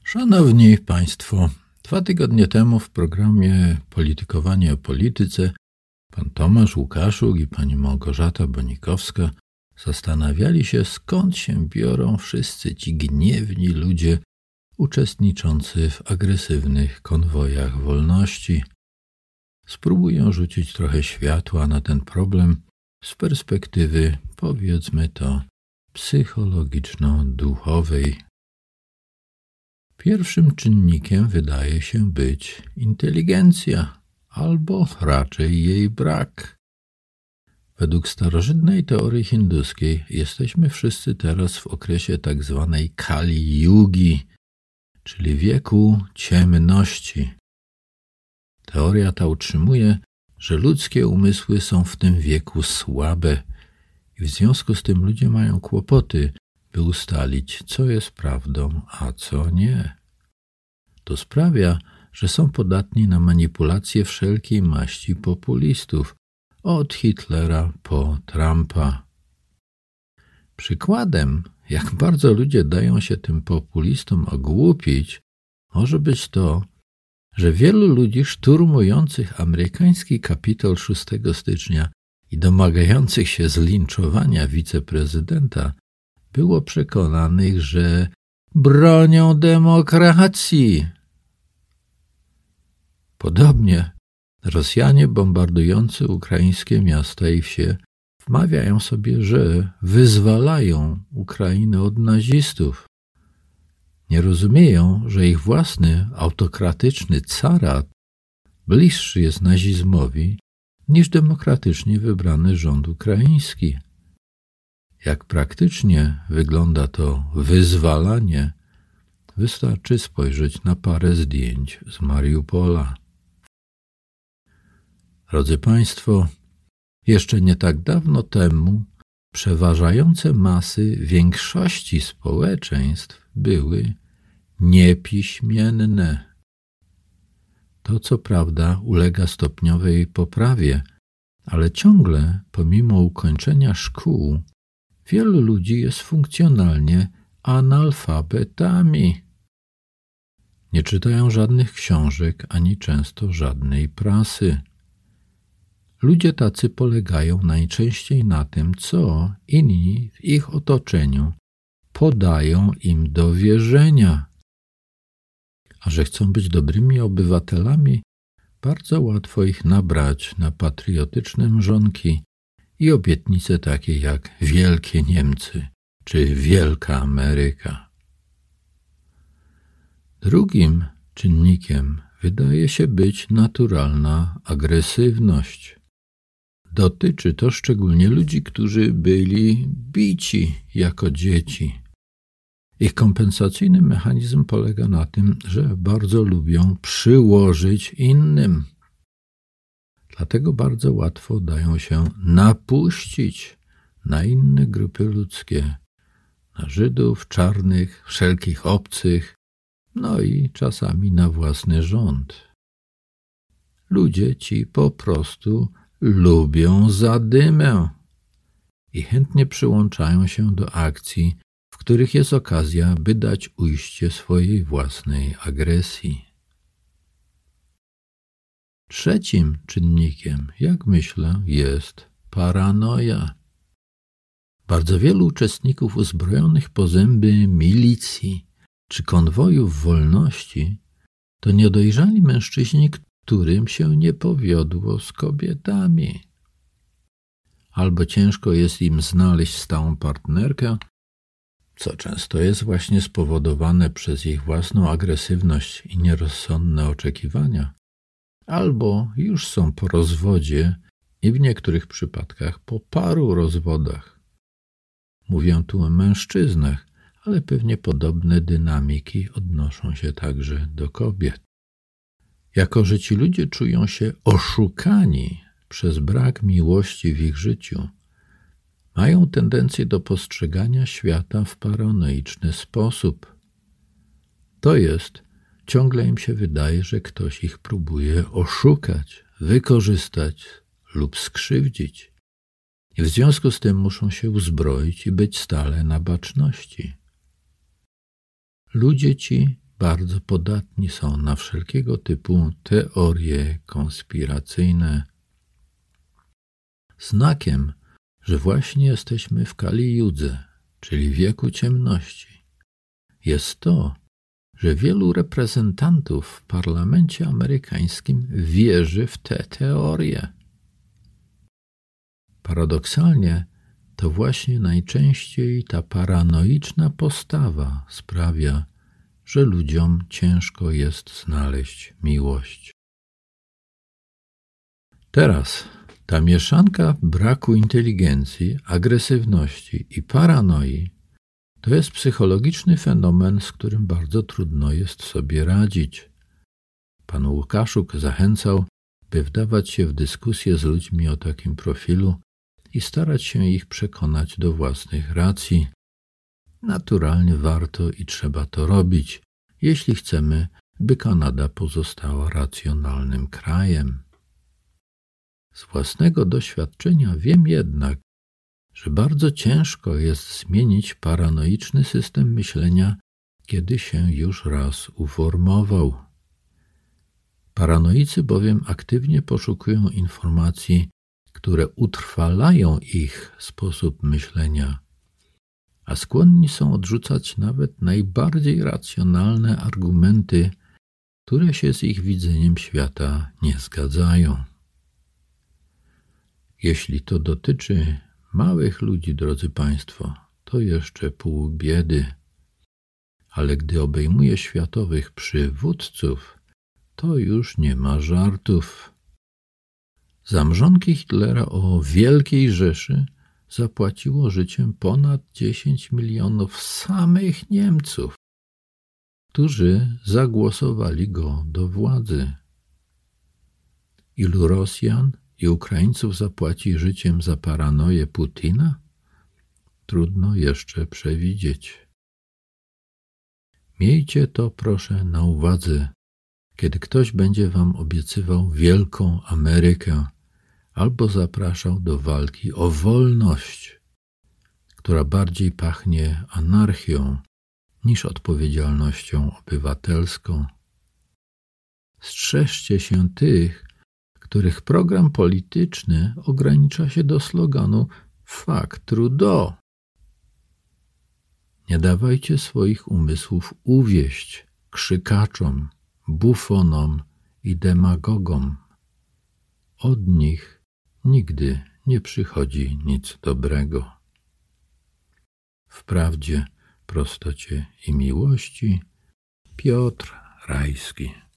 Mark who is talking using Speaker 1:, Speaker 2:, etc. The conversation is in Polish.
Speaker 1: Szanowni Państwo, 2 tygodnie temu w programie Politykowanie o polityce pan Tomasz Łukaszuk i pani Małgorzata Bonikowska zastanawiali się, skąd się biorą wszyscy ci gniewni ludzie uczestniczący w agresywnych konwojach wolności. Spróbuję rzucić trochę światła na ten problem z perspektywy, powiedzmy to, psychologiczno-duchowej. Pierwszym czynnikiem wydaje się być inteligencja, albo raczej jej brak. Według starożytnej teorii hinduskiej jesteśmy wszyscy teraz w okresie tak zwanej Kali Yugi, czyli wieku ciemności. Teoria ta utrzymuje, że ludzkie umysły są w tym wieku słabe i w związku z tym ludzie mają kłopoty, by ustalić, co jest prawdą, a co nie. To sprawia, że są podatni na manipulacje wszelkiej maści populistów, od Hitlera po Trumpa. Przykładem, jak bardzo ludzie dają się tym populistom ogłupić, może być to, że wielu ludzi szturmujących amerykański Kapitol 6 stycznia i domagających się zlinczowania wiceprezydenta było przekonanych, że bronią demokracji. Podobnie Rosjanie bombardujący ukraińskie miasta i wsie wmawiają sobie, że wyzwalają Ukrainę od nazistów. Nie rozumieją, że ich własny autokratyczny carat bliższy jest nazizmowi niż demokratycznie wybrany rząd ukraiński. Jak praktycznie wygląda to wyzwalanie, wystarczy spojrzeć na parę zdjęć z Mariupola. Drodzy Państwo, jeszcze nie tak dawno temu przeważające masy większości społeczeństw były niepiśmienne. To co prawda ulega stopniowej poprawie, ale ciągle, pomimo ukończenia szkół, wielu ludzi jest funkcjonalnie analfabetami. Nie czytają żadnych książek, ani często żadnej prasy. Ludzie tacy polegają najczęściej na tym, co inni w ich otoczeniu podają im do wierzenia. A że chcą być dobrymi obywatelami, bardzo łatwo ich nabrać na patriotyczne mrzonki i obietnice takie jak Wielkie Niemcy czy Wielka Ameryka. Drugim czynnikiem wydaje się być naturalna agresywność. Dotyczy to szczególnie ludzi, którzy byli bici jako dzieci. Ich kompensacyjny mechanizm polega na tym, że bardzo lubią przyłożyć innym. Dlatego bardzo łatwo dają się napuścić na inne grupy ludzkie, na Żydów, czarnych, wszelkich obcych, no i czasami na własny rząd. Ludzie ci po prostu lubią zadymę i chętnie przyłączają się do akcji, w których jest okazja, by dać ujście swojej własnej agresji. Trzecim czynnikiem, jak myślę, jest paranoja. Bardzo wielu uczestników uzbrojonych po zęby milicji czy konwojów wolności to niedojrzali mężczyźni, którym się nie powiodło z kobietami. Albo ciężko jest im znaleźć stałą partnerkę, co często jest właśnie spowodowane przez ich własną agresywność i nierozsądne oczekiwania, albo już są po rozwodzie i w niektórych przypadkach po paru rozwodach. Mówię tu o mężczyznach, ale pewnie podobne dynamiki odnoszą się także do kobiet. Jako że ci ludzie czują się oszukani przez brak miłości w ich życiu, mają tendencję do postrzegania świata w paranoiczny sposób. To jest, ciągle im się wydaje, że ktoś ich próbuje oszukać, wykorzystać lub skrzywdzić. I w związku z tym muszą się uzbroić i być stale na baczności. Ludzie ci bardzo podatni są na wszelkiego typu teorie konspiracyjne. Znakiem, że właśnie jesteśmy w Kali Judze, czyli wieku ciemności, jest to, że wielu reprezentantów w parlamencie amerykańskim wierzy w te teorie. Paradoksalnie to właśnie najczęściej ta paranoiczna postawa sprawia, że ludziom ciężko jest znaleźć miłość. Teraz ta mieszanka braku inteligencji, agresywności i paranoi to jest psychologiczny fenomen, z którym bardzo trudno jest sobie radzić. Pan Łukaszuk zachęcał, by wdawać się w dyskusję z ludźmi o takim profilu i starać się ich przekonać do własnych racji. Naturalnie warto i trzeba to robić, jeśli chcemy, by Kanada pozostała racjonalnym krajem. Z własnego doświadczenia wiem jednak, że bardzo ciężko jest zmienić paranoiczny system myślenia, kiedy się już raz uformował. Paranoicy bowiem aktywnie poszukują informacji, które utrwalają ich sposób myślenia, a skłonni są odrzucać nawet najbardziej racjonalne argumenty, które się z ich widzeniem świata nie zgadzają. Jeśli to dotyczy małych ludzi, drodzy Państwo, to jeszcze pół biedy, ale gdy obejmuje światowych przywódców, to już nie ma żartów. Za mrzonki Hitlera o Wielkiej Rzeszy zapłaciło życiem ponad 10 milionów samych Niemców, którzy zagłosowali go do władzy. Ilu Rosjan i Ukraińców zapłaci życiem za paranoję Putina? Trudno jeszcze przewidzieć. Miejcie to proszę na uwadze, kiedy ktoś będzie wam obiecywał wielką Amerykę albo zapraszał do walki o wolność, która bardziej pachnie anarchią niż odpowiedzialnością obywatelską. Strzeżcie się tych, których program polityczny ogranicza się do sloganu Fuck Trudeau. Nie dawajcie swoich umysłów uwieść krzykaczom, bufonom i demagogom. Od nich nigdy nie przychodzi nic dobrego. W prawdzie, prostocie i miłości Piotr Rajski.